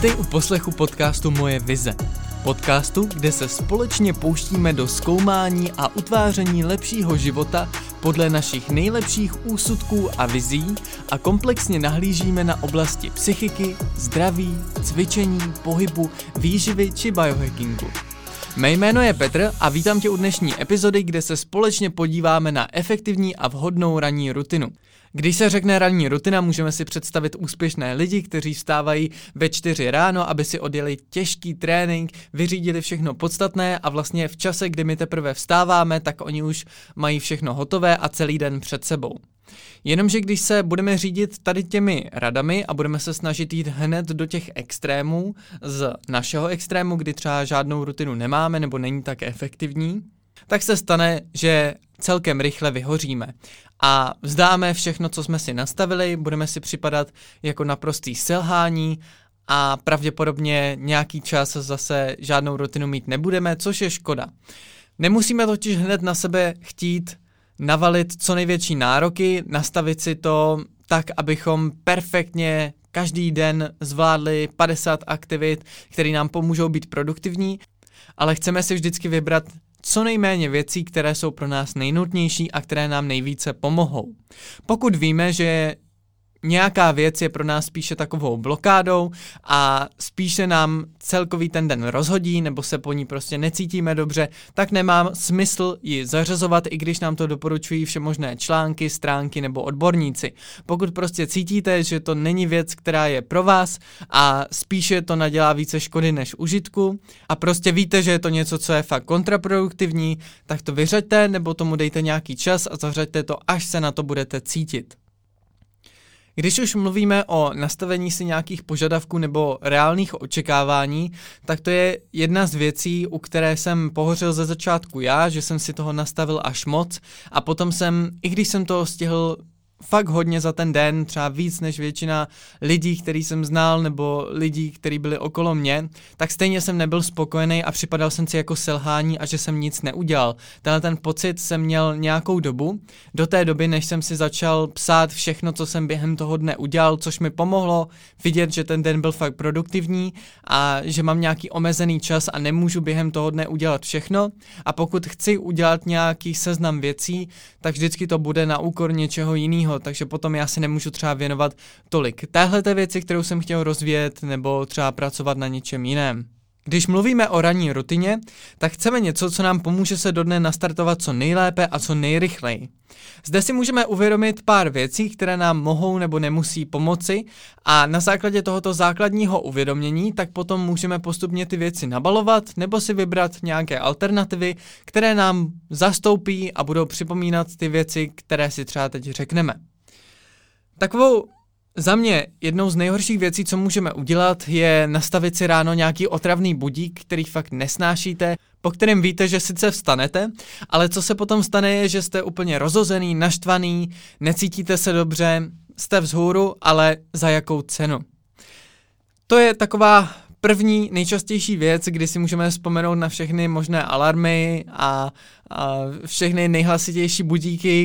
Vítej u poslechu podcastu Moje vize. Podcastu, kde se společně pouštíme do zkoumání a utváření lepšího života podle našich nejlepších úsudků a vizí a komplexně nahlížíme na oblasti psychiky, zdraví, cvičení, pohybu, výživy či biohackingu. Mé jméno je Petr a vítám tě u dnešní epizody, kde se společně podíváme na efektivní a vhodnou ranní rutinu. Když se řekne ranní rutina, můžeme si představit úspěšné lidi, kteří vstávají ve 4 ráno, aby si odjeli těžký trénink, vyřídili všechno podstatné a vlastně v čase, kdy my teprve vstáváme, tak oni už mají všechno hotové a celý den před sebou. Jenomže když se budeme řídit tady těmi radami a budeme se snažit jít hned do těch extrémů, z našeho extrému, kdy třeba žádnou rutinu nemáme nebo není tak efektivní, tak se stane, že celkem rychle vyhoříme a vzdáme všechno, co jsme si nastavili, budeme si připadat jako naprostý selhání a pravděpodobně nějaký čas zase žádnou rutinu mít nebudeme, což je škoda. Nemusíme totiž hned na sebe chtít navalit co největší nároky, nastavit si to tak, abychom perfektně každý den zvládli 50 aktivit, které nám pomůžou být produktivní, ale chceme si vždycky vybrat co nejméně věcí, které jsou pro nás nejnutnější a které nám nejvíce pomohou. Pokud víme, že nějaká věc je pro nás spíše takovou blokádou a spíše nám celkový ten den rozhodí nebo se po ní prostě necítíme dobře, tak nemá smysl ji zařazovat, i když nám to doporučují všemožné články, stránky nebo odborníci. Pokud prostě cítíte, že to není věc, která je pro vás a spíše to nadělá více škody než užitku a prostě víte, že je to něco, co je fakt kontraproduktivní, tak to vyřaďte nebo tomu dejte nějaký čas a zařaďte to, až se na to budete cítit. Když už mluvíme o nastavení si nějakých požadavků nebo reálných očekávání, tak to je jedna z věcí, u které jsem pohořel ze začátku já, že jsem si toho nastavil až moc a potom i když jsem toho stihl fakt hodně za ten den, třeba víc než většina lidí, který jsem znal, nebo lidí, kteří byli okolo mě, tak stejně jsem nebyl spokojený a připadal jsem si jako selhání a že jsem nic neudělal. Ten pocit jsem měl nějakou dobu, do té doby, než jsem si začal psát všechno, co jsem během toho dne udělal, což mi pomohlo vidět, že ten den byl fakt produktivní a že mám nějaký omezený čas a nemůžu během toho dne udělat všechno. A pokud chci udělat nějaký seznam věcí, tak vždycky to bude na úkor něčeho jiného. Takže potom já se nemůžu třeba věnovat tolik téhleté věci, kterou jsem chtěl rozvíjet, nebo třeba pracovat na něčem jiném. Když mluvíme o ranní rutině, tak chceme něco, co nám pomůže se do dne nastartovat co nejlépe a co nejrychleji. Zde si můžeme uvědomit pár věcí, které nám mohou nebo nemusí pomoci a na základě tohoto základního uvědomění tak potom můžeme postupně ty věci nabalovat nebo si vybrat nějaké alternativy, které nám zastoupí a budou připomínat ty věci, které si třeba teď řekneme. Takovou za mě jednou z nejhorších věcí, co můžeme udělat, je nastavit si ráno nějaký otravný budík, který fakt nesnášíte, po kterém víte, že sice vstanete, ale co se potom stane je, že jste úplně rozhozený, naštvaný, necítíte se dobře, jste vzhůru, ale za jakou cenu. To je taková první nejčastější věc, kdy si můžeme vzpomenout na všechny možné alarmy a všechny nejhlasitější budíky,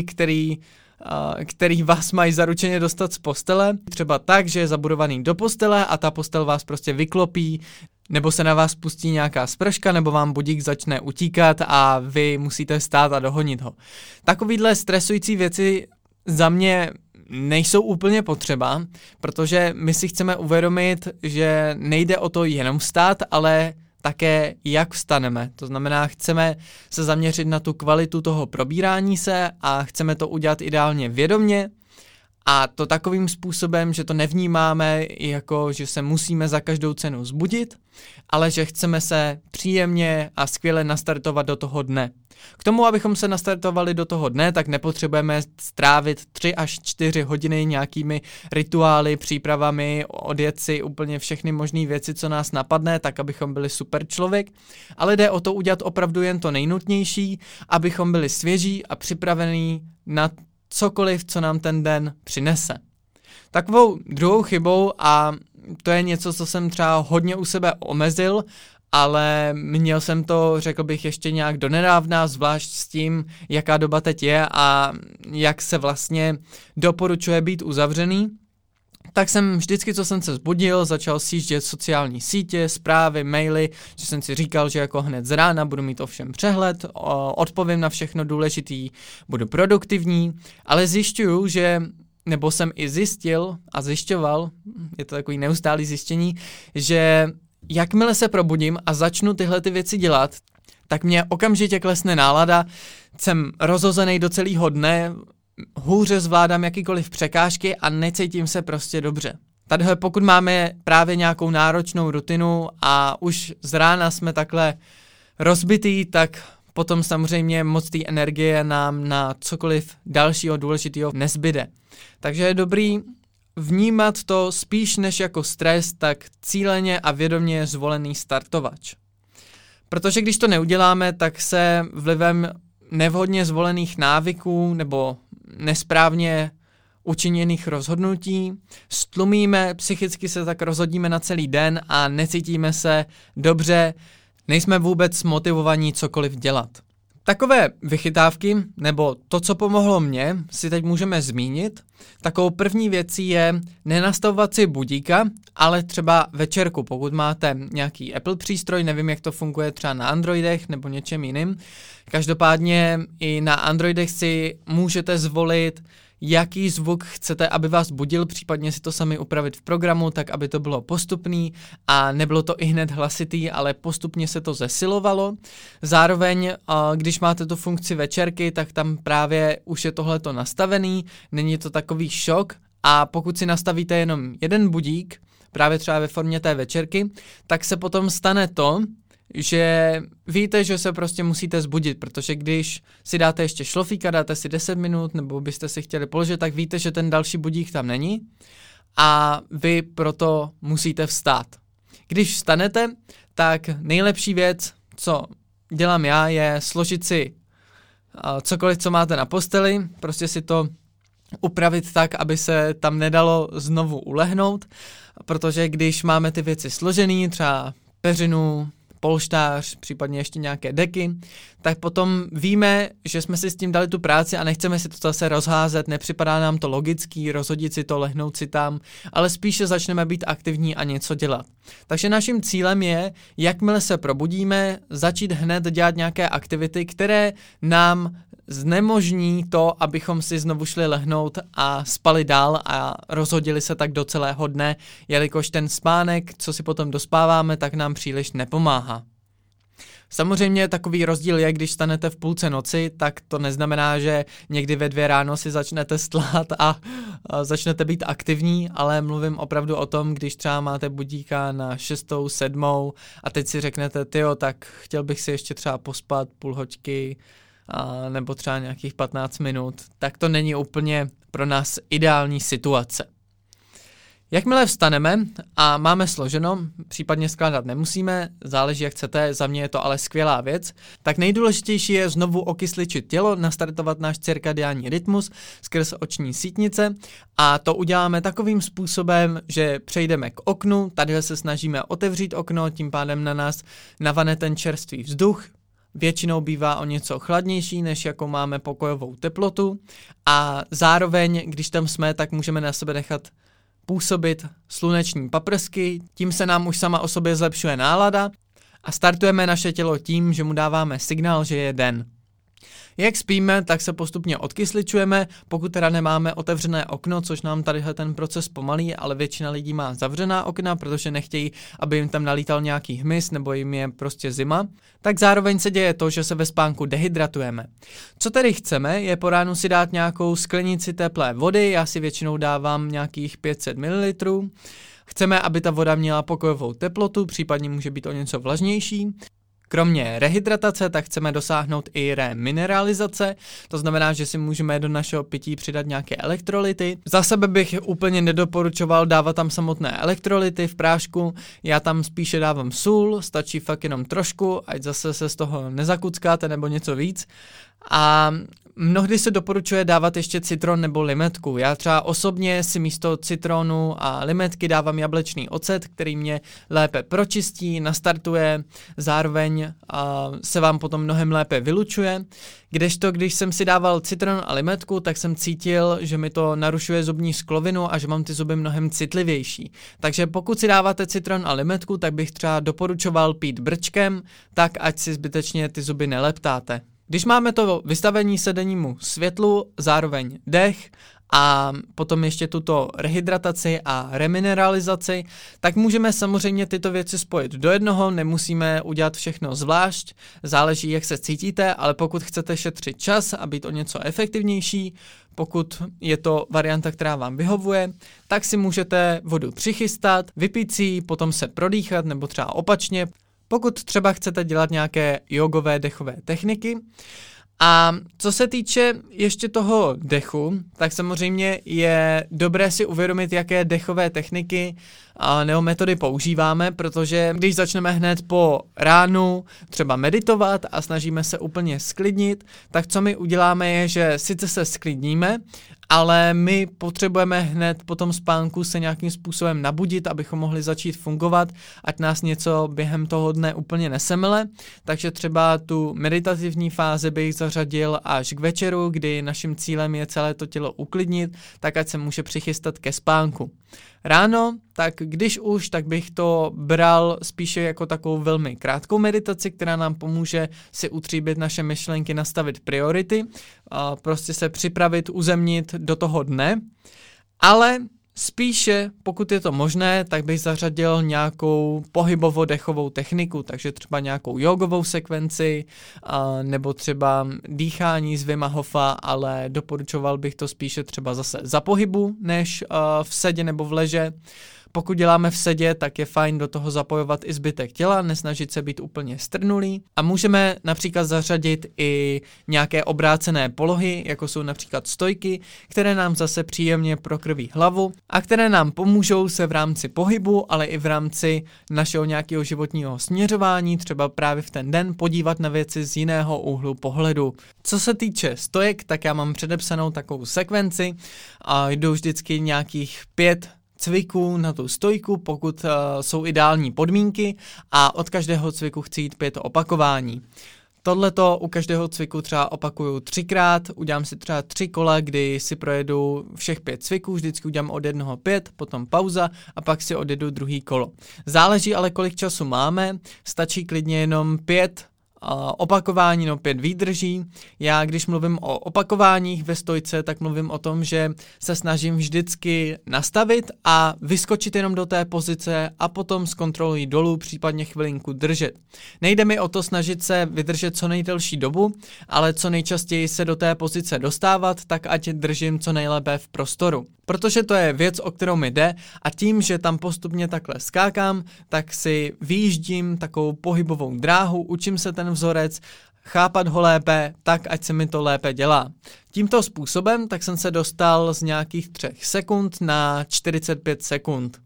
který vás mají zaručeně dostat z postele. Třeba tak, že je zabudovaný do postele a ta postel vás prostě vyklopí, nebo se na vás pustí nějaká sprška, nebo vám budík začne utíkat a vy musíte stát a dohonit ho. Takovýhle stresující věci za mě nejsou úplně potřeba, protože my si chceme uvědomit, že nejde o to jenom vstát, ale také jak vstaneme. To znamená, chceme se zaměřit na tu kvalitu toho probírání se a chceme to udělat ideálně vědomě a to takovým způsobem, že to nevnímáme jako, že se musíme za každou cenu vzbudit, ale že chceme se příjemně a skvěle nastartovat do toho dne. K tomu, abychom se nastartovali do toho dne, tak nepotřebujeme strávit 3 až 4 hodiny nějakými rituály, přípravami, odjet si úplně všechny možné věci, co nás napadne, tak abychom byli super člověk, ale jde o to udělat opravdu jen to nejnutnější, abychom byli svěží a připravení na cokoliv, co nám ten den přinese. Takovou druhou chybou, a to je něco, co jsem třeba hodně u sebe omezil, ale měl jsem to, řekl bych, ještě nějak donedávna, zvlášť s tím, jaká doba teď je a jak se vlastně doporučuje být uzavřený, tak jsem vždycky, co jsem se zbudil, začal sjíždět sociální sítě, zprávy, maily, že jsem si říkal, že jako hned z rána budu mít o všem přehled, odpovím na všechno důležitý, budu produktivní, ale zjišťuju, nebo jsem i zjistil a zjišťoval, je to takový neustálý zjištění, že jakmile se probudím a začnu tyhle ty věci dělat, tak mě okamžitě klesne nálada, jsem rozhozený do celého dne, hůře zvládám jakýkoliv překážky a necítím se prostě dobře. Tady pokud máme právě nějakou náročnou rutinu a už z rána jsme takhle rozbitý, tak potom samozřejmě moc té energie nám na cokoliv dalšího důležitého nezbyde. Takže je dobrý vnímat to spíš než jako stres, tak cíleně a vědomě zvolený startovač. Protože když to neuděláme, tak se vlivem nevhodně zvolených návyků nebo nesprávně učiněných rozhodnutí stlumíme, psychicky se tak rozhodíme na celý den a necítíme se dobře, nejsme vůbec motivovaní cokoliv dělat. Takové vychytávky, nebo to, co pomohlo mně, si teď můžeme zmínit. Takovou první věcí je nenastavovat si budíka, ale třeba večerku, pokud máte nějaký Apple přístroj, nevím, jak to funguje třeba na Androidech nebo něčem jiným. Každopádně i na Androidech si můžete zvolit, jaký zvuk chcete, aby vás budil, případně si to sami upravit v programu, tak aby to bylo postupný a nebylo to i hned hlasitý, ale postupně se to zesilovalo. Zároveň, když máte tu funkci večerky, tak tam právě už je tohleto nastavený, není to takový šok a pokud si nastavíte jenom jeden budík, právě třeba ve formě té večerky, tak se potom stane to, že víte, že se prostě musíte zbudit, protože když si dáte ještě šlofíka, dáte si 10 minut, nebo byste si chtěli položit, tak víte, že ten další budík tam není a vy proto musíte vstát. Když vstanete, tak nejlepší věc, co dělám já, je složit si cokoliv, co máte na posteli, prostě si to upravit tak, aby se tam nedalo znovu ulehnout, protože když máme ty věci složený, třeba peřinu, polštář, případně ještě nějaké deky, tak potom víme, že jsme si s tím dali tu práci a nechceme si to zase rozházet, nepřipadá nám to logický, rozhodit si to, lehnout si tam, ale spíše začneme být aktivní a něco dělat. Takže naším cílem je, jakmile se probudíme, začít hned dělat nějaké aktivity, které nám znemožní to, abychom si znovu šli lehnout a spali dál a rozhodili se tak do celého dne, jelikož ten spánek, co si potom dospáváme, tak nám příliš nepomáhá. Samozřejmě takový rozdíl je, když stanete v půlce noci, tak to neznamená, že někdy ve 2 ráno si začnete stlat a začnete být aktivní, ale mluvím opravdu o tom, když třeba máte budíka na 6, 7 a teď si řeknete, tyjo, tak chtěl bych si ještě třeba pospat půl hoďky, nebo třeba nějakých 15 minut, tak to není úplně pro nás ideální situace. Jakmile vstaneme a máme složeno, případně skládat nemusíme, záleží jak chcete, za mě je to ale skvělá věc, tak nejdůležitější je znovu okysličit tělo, nastartovat náš cirkadiální rytmus skrz oční sítnice a to uděláme takovým způsobem, že přejdeme k oknu, tady se snažíme otevřít okno, tím pádem na nás navane ten čerstvý vzduch, většinou bývá o něco chladnější, než jako máme pokojovou teplotu a zároveň, když tam jsme, tak můžeme na sebe nechat působit sluneční paprsky, tím se nám už sama o sobě zlepšuje nálada a startujeme naše tělo tím, že mu dáváme signál, že je den. Jak spíme, tak se postupně odkysličujeme, pokud teda nemáme otevřené okno, což nám tady ten proces pomalí, ale většina lidí má zavřená okna, protože nechtějí, aby jim tam nalítal nějaký hmyz nebo jim je prostě zima, tak zároveň se děje to, že se ve spánku dehydratujeme. Co tedy chceme, je po ránu si dát nějakou sklenici teplé vody, já si většinou dávám nějakých 500 ml. Chceme, aby ta voda měla pokojovou teplotu, případně může být o něco vlažnější. Kromě rehydratace, tak chceme dosáhnout i remineralizace, to znamená, že si můžeme do našeho pití přidat nějaké elektrolyty. Za sebe bych úplně nedoporučoval dávat tam samotné elektrolyty v prášku, já tam spíše dávám sůl, stačí fakt jenom trošku, ať zase se z toho nezakuckáte nebo něco víc. A Mnohdy se doporučuje dávat ještě citron nebo limetku. Já třeba osobně si místo citronu a limetky dávám jablečný ocet, který mě lépe pročistí, nastartuje, zároveň se vám potom mnohem lépe vylučuje. Kdežto, když jsem si dával citron a limetku, tak jsem cítil, že mi to narušuje zubní sklovinu a že mám ty zuby mnohem citlivější. Takže pokud si dáváte citron a limetku, tak bych třeba doporučoval pít brčkem, tak ať si zbytečně ty zuby neleptáte. Když máme to vystavení se dennímu světlu, zároveň dech a potom ještě tuto rehydrataci a remineralizaci, tak můžeme samozřejmě tyto věci spojit do jednoho, nemusíme udělat všechno zvlášť, záleží, jak se cítíte, ale pokud chcete šetřit čas a být o něco efektivnější, pokud je to varianta, která vám vyhovuje, tak si můžete vodu přichystat, vypít si ji, potom se prodýchat nebo třeba opačně, pokud třeba chcete dělat nějaké jogové dechové techniky. A co se týče ještě toho dechu, tak samozřejmě je dobré si uvědomit, jaké dechové techniky nebo metody používáme, protože když začneme hned po ránu třeba meditovat a snažíme se úplně sklidnit, tak co my uděláme je, že sice se sklidníme, ale my potřebujeme hned po tom spánku se nějakým způsobem nabudit, abychom mohli začít fungovat, ať nás něco během toho dne úplně nesemele. Takže třeba tu meditativní fázi bych zařadil až k večeru, kdy naším cílem je celé to tělo uklidnit, tak ať se může přichystat ke spánku. Ráno, tak když už, tak bych to bral spíše jako takovou velmi krátkou meditaci, která nám pomůže si utříbit naše myšlenky, nastavit priority, prostě se připravit, uzemnit do toho dne, ale spíše, pokud je to možné, tak bych zařadil nějakou pohybovo-dechovou techniku, takže třeba nějakou jogovou sekvenci nebo třeba dýchání z Wima Hofa, ale doporučoval bych to spíše třeba zase za pohybu, než v sedě nebo v leže. Pokud děláme v sedě, tak je fajn do toho zapojovat i zbytek těla, nesnažit se být úplně strnulý. A můžeme například zařadit i nějaké obrácené polohy, jako jsou například stojky, které nám zase příjemně prokrví hlavu a které nám pomůžou se v rámci pohybu, ale i v rámci našeho nějakého životního směřování, třeba právě v ten den podívat na věci z jiného úhlu pohledu. Co se týče stojek, tak já mám předepsanou takovou sekvenci a jdu vždycky nějakých 5 cviků na tu stojku, pokud jsou ideální podmínky, a od každého cviku chci jít 5 opakování. Tohleto u každého cviku třeba opakuju 3krát, udělám si třeba 3 kola, kdy si projedu všech 5 cviků, vždycky udělám od jednoho 5, potom pauza a pak si odjedu druhý kolo. Záleží ale, kolik času máme, stačí klidně jenom 5 opakování, 5 výdrží. Já, když mluvím o opakováních ve stojce, tak mluvím o tom, že se snažím vždycky nastavit a vyskočit jenom do té pozice a potom zkontroluji dolů, případně chvilinku držet. Nejde mi o to snažit se vydržet co nejdelší dobu, ale co nejčastěji se do té pozice dostávat, tak ať držím co nejlépe v prostoru. Protože to je věc, o kterou mi jde, a tím, že tam postupně takhle skákám, tak si vyjíždím takovou pohybovou dráhu, učím se ten vzorec, chápat ho lépe, tak ať se mi to lépe dělá. Tímto způsobem tak jsem se dostal z nějakých 3 sekund na 45 sekund.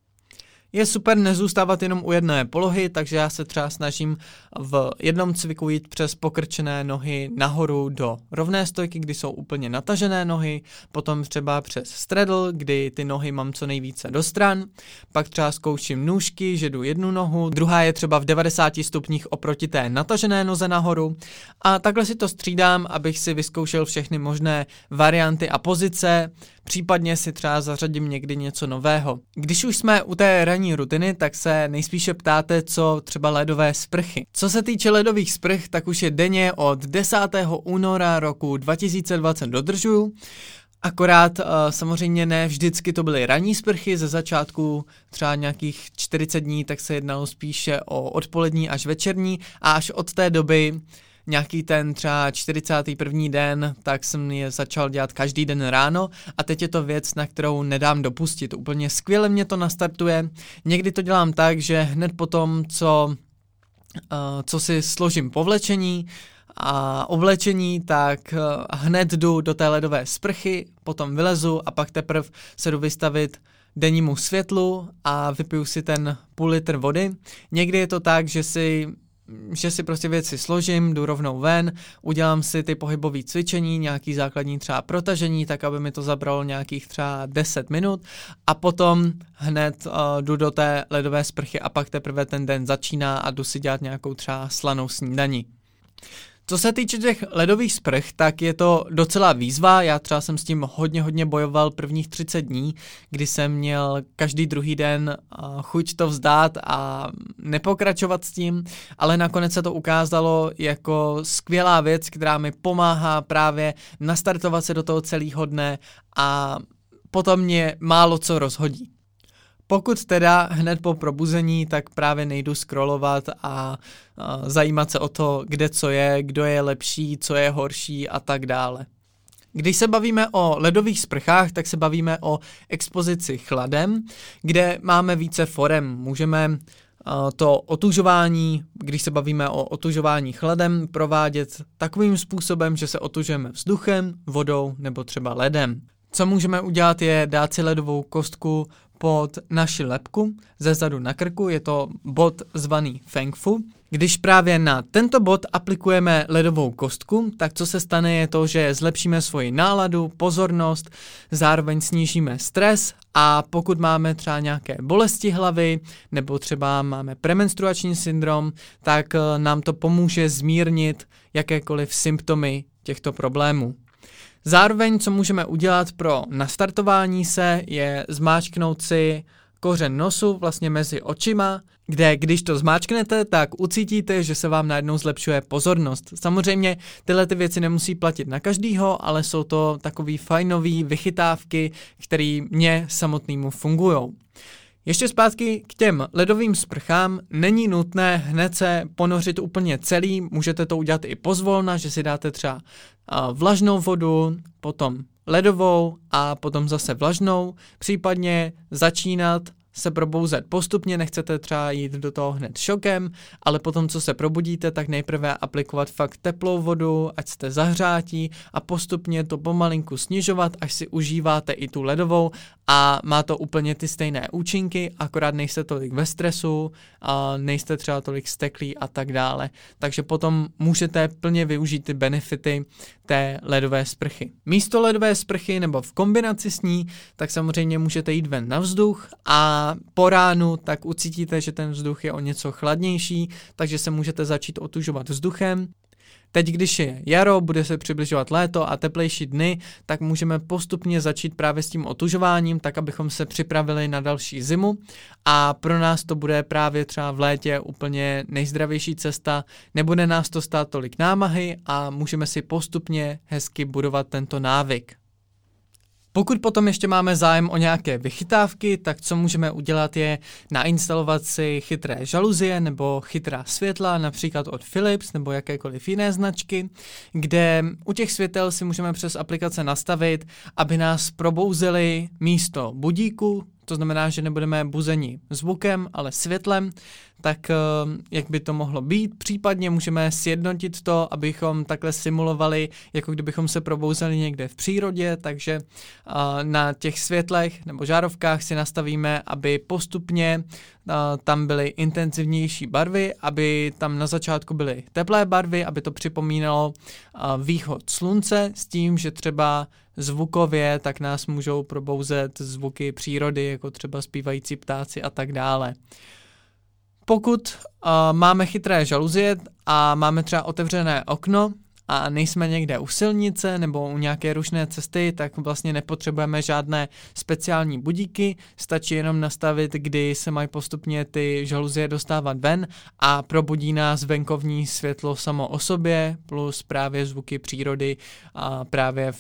Je super nezůstávat jenom u jedné polohy, takže já se třeba snažím v jednom cviku jít přes pokrčené nohy nahoru do rovné stojky, kdy jsou úplně natažené nohy, potom třeba přes straddle, kdy ty nohy mám co nejvíce do stran, pak třeba zkouším nůžky, že jdu jednu nohu, druhá je třeba v 90 stupních oproti té natažené noze nahoru, a takhle si to střídám, abych si vyzkoušel všechny možné varianty a pozice, případně si třeba zařadím někdy něco nového. Když už jsme u té ranní rutiny, tak se nejspíše ptáte, co třeba ledové sprchy. Co se týče ledových sprch, tak už je denně od 10. února roku 2020 dodržuju. Akorát samozřejmě ne vždycky to byly ranní sprchy, ze začátku třeba nějakých 40 dní, tak se jednalo spíše o odpolední až večerní, a až od té doby nějaký ten třeba 41. den, tak jsem je začal dělat každý den ráno, a teď je to věc, na kterou nedám dopustit. Úplně skvěle mě to nastartuje. Někdy to dělám tak, že hned potom, co si složím povlečení a oblečení, tak hned jdu do té ledové sprchy, potom vylezu a pak teprve se jdu vystavit dennímu světlu a vypiju si ten půl litr vody. Někdy je to tak, že si že si prostě věci složím, jdu rovnou ven, udělám si ty pohybové cvičení, nějaký základní třeba protažení, tak aby mi to zabralo nějakých třeba 10 minut a potom hned jdu do té ledové sprchy a pak teprve ten den začíná a jdu si dělat nějakou třeba slanou snídani. Co se týče těch ledových sprch, tak je to docela výzva, já třeba jsem s tím hodně bojoval prvních 30 dní, kdy jsem měl každý druhý den chuť to vzdát a nepokračovat s tím, ale nakonec se to ukázalo jako skvělá věc, která mi pomáhá právě nastartovat se do toho celého dne a potom mě málo co rozhodí. Pokud teda hned po probuzení, tak právě nejdu scrollovat a zajímat se o to, kde co je, kdo je lepší, co je horší a tak dále. Když se bavíme o ledových sprchách, tak se bavíme o expozici chladem, kde máme více forem. Můžeme to otužování, když se bavíme o otužování chladem, provádět takovým způsobem, že se otužujeme vzduchem, vodou nebo třeba ledem. Co můžeme udělat je dát si ledovou kostku pod naši lebku, zezadu na krku, je to bod zvaný Feng Fu. Když právě na tento bod aplikujeme ledovou kostku, tak co se stane je to, že zlepšíme svoji náladu, pozornost, zároveň snížíme stres a pokud máme třeba nějaké bolesti hlavy nebo třeba máme premenstruační syndrom, tak nám to pomůže zmírnit jakékoliv symptomy těchto problémů. Zároveň, co můžeme udělat pro nastartování se, je zmáčknout si kořen nosu vlastně mezi očima, kde když to zmáčknete, tak ucítíte, že se vám najednou zlepšuje pozornost. Samozřejmě tyhle ty věci nemusí platit na každýho, ale jsou to takový fajnový vychytávky, které mně samotnému fungujou. Ještě zpátky k těm ledovým sprchám, není nutné hned se ponořit úplně celý, můžete to udělat i pozvolna, že si dáte třeba vlažnou vodu, potom ledovou a potom zase vlažnou, případně začínat se probouzet postupně, nechcete třeba jít do toho hned šokem, ale potom, co se probudíte, tak nejprve aplikovat fakt teplou vodu, ať jste zahřátí a postupně to pomalinku snižovat, až si užíváte i tu ledovou a má to úplně ty stejné účinky, akorát nejste tolik ve stresu, a nejste třeba tolik steklí a tak dále. Takže potom můžete plně využít ty benefity té ledové sprchy. Místo ledové sprchy nebo v kombinaci s ní, tak samozřejmě můžete jít ven na vzduch a po ránu tak ucítíte, že ten vzduch je o něco chladnější, takže se můžete začít otužovat vzduchem. Teď, když je jaro, bude se přibližovat léto a teplejší dny, tak můžeme postupně začít právě s tím otužováním, tak abychom se připravili na další zimu a pro nás to bude právě třeba v létě úplně nejzdravější cesta, nebude nás to stát tolik námahy a můžeme si postupně hezky budovat tento návyk. Pokud potom ještě máme zájem o nějaké vychytávky, tak co můžeme udělat je nainstalovat si chytré žaluzie nebo chytrá světla, například od Philips nebo jakékoliv jiné značky, kde u těch světel si můžeme přes aplikace nastavit, aby nás probouzely místo budíku, to znamená, že nebudeme buzeni zvukem, ale světlem, tak jak by to mohlo být. Případně můžeme sjednotit to, abychom takhle simulovali, jako kdybychom se probouzeli někde v přírodě, takže na těch světlech nebo žárovkách si nastavíme, aby postupně tam byly intenzivnější barvy, aby tam na začátku byly teplé barvy, aby to připomínalo východ slunce s tím, že třeba zvukově tak nás můžou probouzet zvuky přírody, jako třeba zpívající ptáci a tak dále. Pokud máme chytré žaluzie a máme třeba otevřené okno a nejsme někde u silnice nebo u nějaké rušné cesty, tak vlastně nepotřebujeme žádné speciální budíky, stačí jenom nastavit, kdy se mají postupně ty žaluzie dostávat ven a probudí nás venkovní světlo samo o sobě plus právě zvuky přírody a právě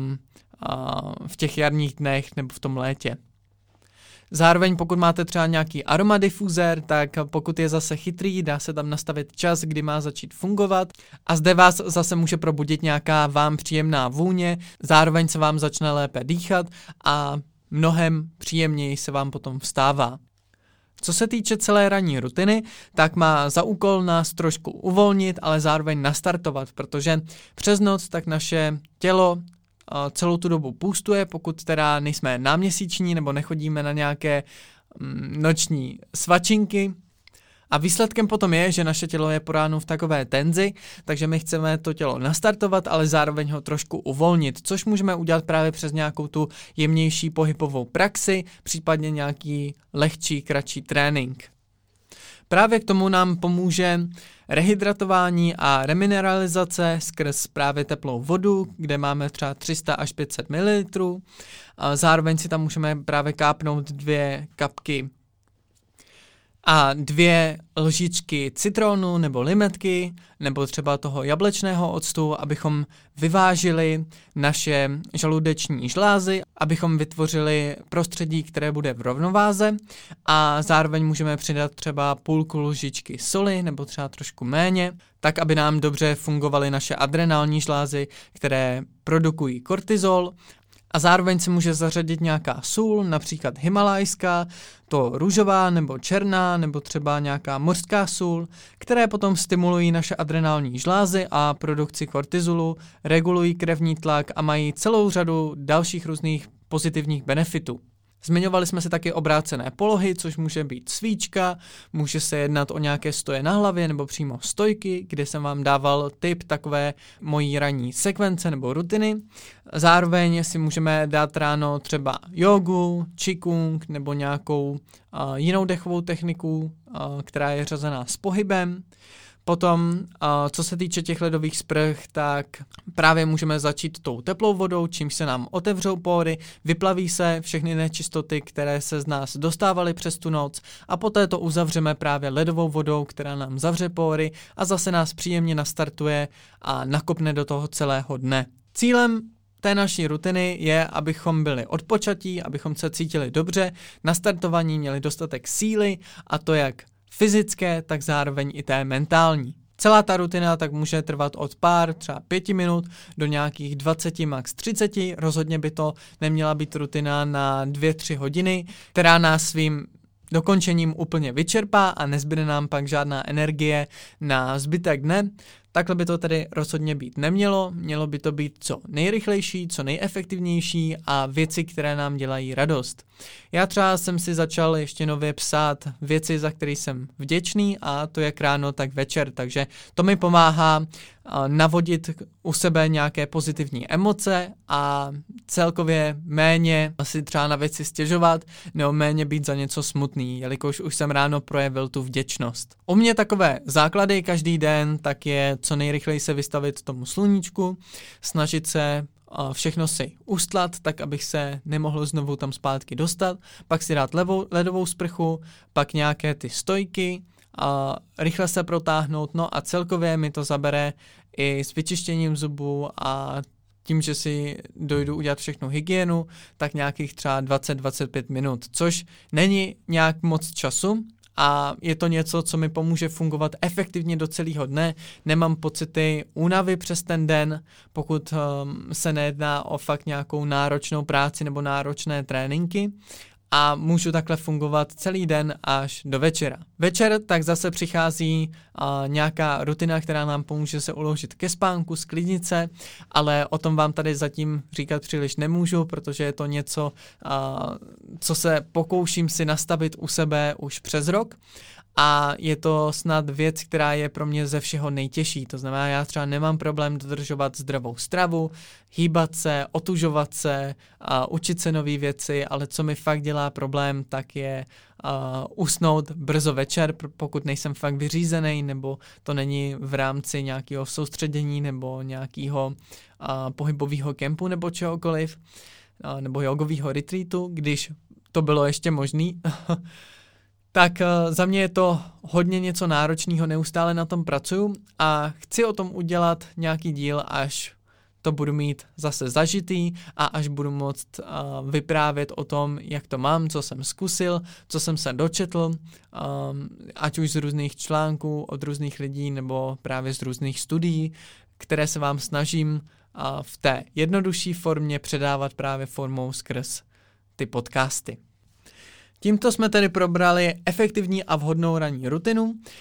v těch jarních dnech nebo v tom létě. Zároveň pokud máte třeba nějaký aromadifuzér, tak pokud je zase chytrý, dá se tam nastavit čas, kdy má začít fungovat a zde vás zase může probudit nějaká vám příjemná vůně, zároveň se vám začne lépe dýchat a mnohem příjemněji se vám potom vstává. Co se týče celé ranní rutiny, tak má za úkol nás trošku uvolnit, ale zároveň nastartovat, protože přes noc tak naše tělo celou tu dobu půstuje, pokud teda nejsme náměsíční nebo nechodíme na nějaké noční svačinky A výsledkem potom je, že naše tělo je po ránu v takové tenzi, takže my chceme to tělo nastartovat, ale zároveň ho trošku uvolnit, což můžeme udělat právě přes nějakou tu jemnější pohybovou praxi, případně nějaký lehčí, kratší trénink. Právě k tomu nám pomůže rehydratování a remineralizace skrz právě teplou vodu, kde máme třeba 300 až 500 ml. Zároveň si tam můžeme právě kápnout 2 kapky a 2 lžičky citronu nebo limetky, nebo třeba toho jablečného octu, abychom vyvážili naše žaludeční žlázy, abychom vytvořili prostředí, které bude v rovnováze, a zároveň můžeme přidat třeba půlku lžičky soli nebo třeba trošku méně, tak aby nám dobře fungovaly naše adrenální žlázy, které produkují kortizol. A zároveň se může zařadit nějaká sůl, například himalajská, to růžová nebo černá, nebo třeba nějaká mořská sůl, které potom stimulují naše adrenální žlázy a produkci kortizolu, regulují krevní tlak a mají celou řadu dalších různých pozitivních benefitů. Zmiňovali jsme si taky obrácené polohy, což může být svíčka, může se jednat o nějaké stoje na hlavě nebo přímo stojky, kde jsem vám dával tip takové mojí ranní sekvence nebo rutiny. Zároveň si můžeme dát ráno třeba jogu, qigong nebo nějakou jinou dechovou techniku, která je řazená s pohybem. Potom, co se týče těch ledových sprch, tak právě můžeme začít tou teplou vodou, čímž se nám otevřou pory, vyplaví se všechny nečistoty, které se z nás dostávaly přes tu noc, a poté to uzavřeme právě ledovou vodou, která nám zavře pory a zase nás příjemně nastartuje a nakopne do toho celého dne. Cílem té naší rutiny je, abychom byli odpočatí, abychom se cítili dobře, nastartovaní, měli dostatek síly, a to jak fyzické, tak zároveň i té mentální. Celá ta rutina tak může trvat od pár, třeba 5 minut, do nějakých 20, max 30. Rozhodně by to neměla být rutina na 2-3 hodiny, která nás svým dokončením úplně vyčerpá a nezbyde nám pak žádná energie na zbytek dne. Takhle by to tedy rozhodně být nemělo, mělo by to být co nejrychlejší, co nejefektivnější a věci, které nám dělají radost. Já třeba jsem si začal ještě nově psát věci, za které jsem vděčný, a to jak ráno, tak večer, takže to mi pomáhá navodit u sebe nějaké pozitivní emoce a celkově méně si třeba na věci stěžovat nebo méně být za něco smutný, jelikož už jsem ráno projevil tu vděčnost. U mě takové základy každý den tak je co nejrychleji se vystavit tomu sluníčku, snažit se všechno si ustlat, tak abych se nemohl znovu tam zpátky dostat, pak si dát ledovou sprchu, pak nějaké ty stojky, a rychle se protáhnout, no a celkově mi to zabere i s vyčištěním zubů a tím, že si dojdu udělat všechnu hygienu, tak nějakých třeba 20-25 minut, což není nějak moc času, a je to něco, co mi pomůže fungovat efektivně do celého dne. Nemám pocity únavy přes ten den, pokud se nejedná o fakt nějakou náročnou práci nebo náročné tréninky, a můžu takhle fungovat celý den až do večera. Večer tak zase přichází nějaká rutina, která nám pomůže se uložit ke spánku, sklidnit se, ale o tom vám tady zatím říkat příliš nemůžu, protože je to něco, co se pokouším si nastavit u sebe už přes rok. A je to snad věc, která je pro mě ze všeho nejtěžší. To znamená, já třeba nemám problém dodržovat zdravou stravu, hýbat se, otužovat se, učit se nové věci, ale co mi fakt dělá problém, tak je usnout brzo večer, pokud nejsem fakt vyřízený, nebo to není v rámci nějakého soustředění nebo nějakého pohybového kempu nebo čehokoliv, nebo jogového retreatu, když to bylo ještě možný. Tak za mě je to hodně něco náročného, neustále na tom pracuju a chci o tom udělat nějaký díl, až to budu mít zase zažitý a až budu moct vyprávět o tom, jak to mám, co jsem zkusil, co jsem se dočetl, ať už z různých článků od různých lidí nebo právě z různých studií, které se vám snažím v té jednodušší formě předávat právě formou skrz ty podcasty. Tímto jsme tedy probrali efektivní a vhodnou ranní rutinu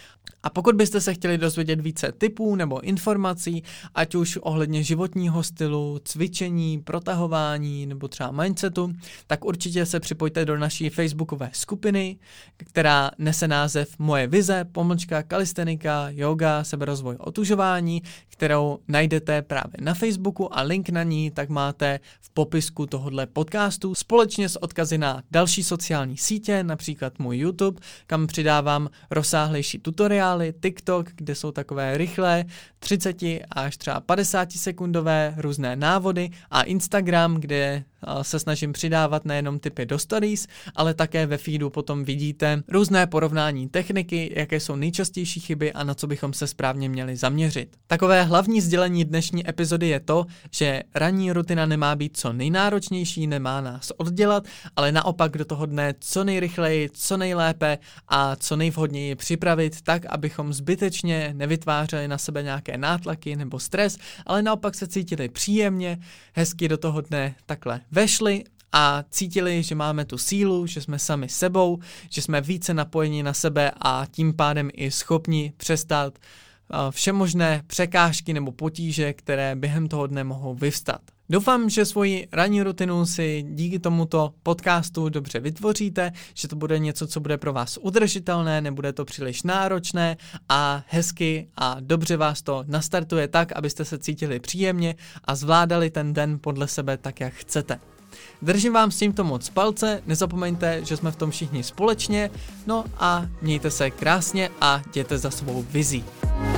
A pokud byste se chtěli dozvědět více tipů nebo informací, ať už ohledně životního stylu, cvičení, protahování nebo třeba mindsetu, tak určitě se připojte do naší facebookové skupiny, která nese název Moje vize, kalistenika, yoga, seberozvoj, otužování, kterou najdete právě na Facebooku a link na ní tak máte v popisku tohohle podcastu společně s odkazy na další sociální sítě, například můj YouTube, kam přidávám rozsáhlejší tutoriály, TikTok, kde jsou takové rychlé 30 až třeba 50 sekundové různé návody a Instagram, kde se snažím přidávat nejenom tipy do stories, ale také ve feedu potom vidíte různé porovnání techniky, jaké jsou nejčastější chyby a na co bychom se správně měli zaměřit. Takové hlavní sdělení dnešní epizody je to, že ranní rutina nemá být co nejnáročnější, nemá nás oddělat, ale naopak do toho dne co nejrychleji, co nejlépe a co nejvhodněji připravit tak, abychom zbytečně nevytvářeli na sebe nějaké nátlaky nebo stres, ale naopak se cítili příjemně, hezky do toho dne takhle vešli a cítili, že máme tu sílu, že jsme sami sebou, že jsme více napojeni na sebe a tím pádem i schopni přestat všemožné překážky nebo potíže, které během toho dne mohou vyvstat. Doufám, že svoji ranní rutinu si díky tomuto podcastu dobře vytvoříte, že to bude něco, co bude pro vás udržitelné, nebude to příliš náročné a hezky a dobře vás to nastartuje tak, abyste se cítili příjemně a zvládali ten den podle sebe tak, jak chcete. Držím vám s tímto moc palce, nezapomeňte, že jsme v tom všichni společně, no a mějte se krásně a jděte za svou vizí.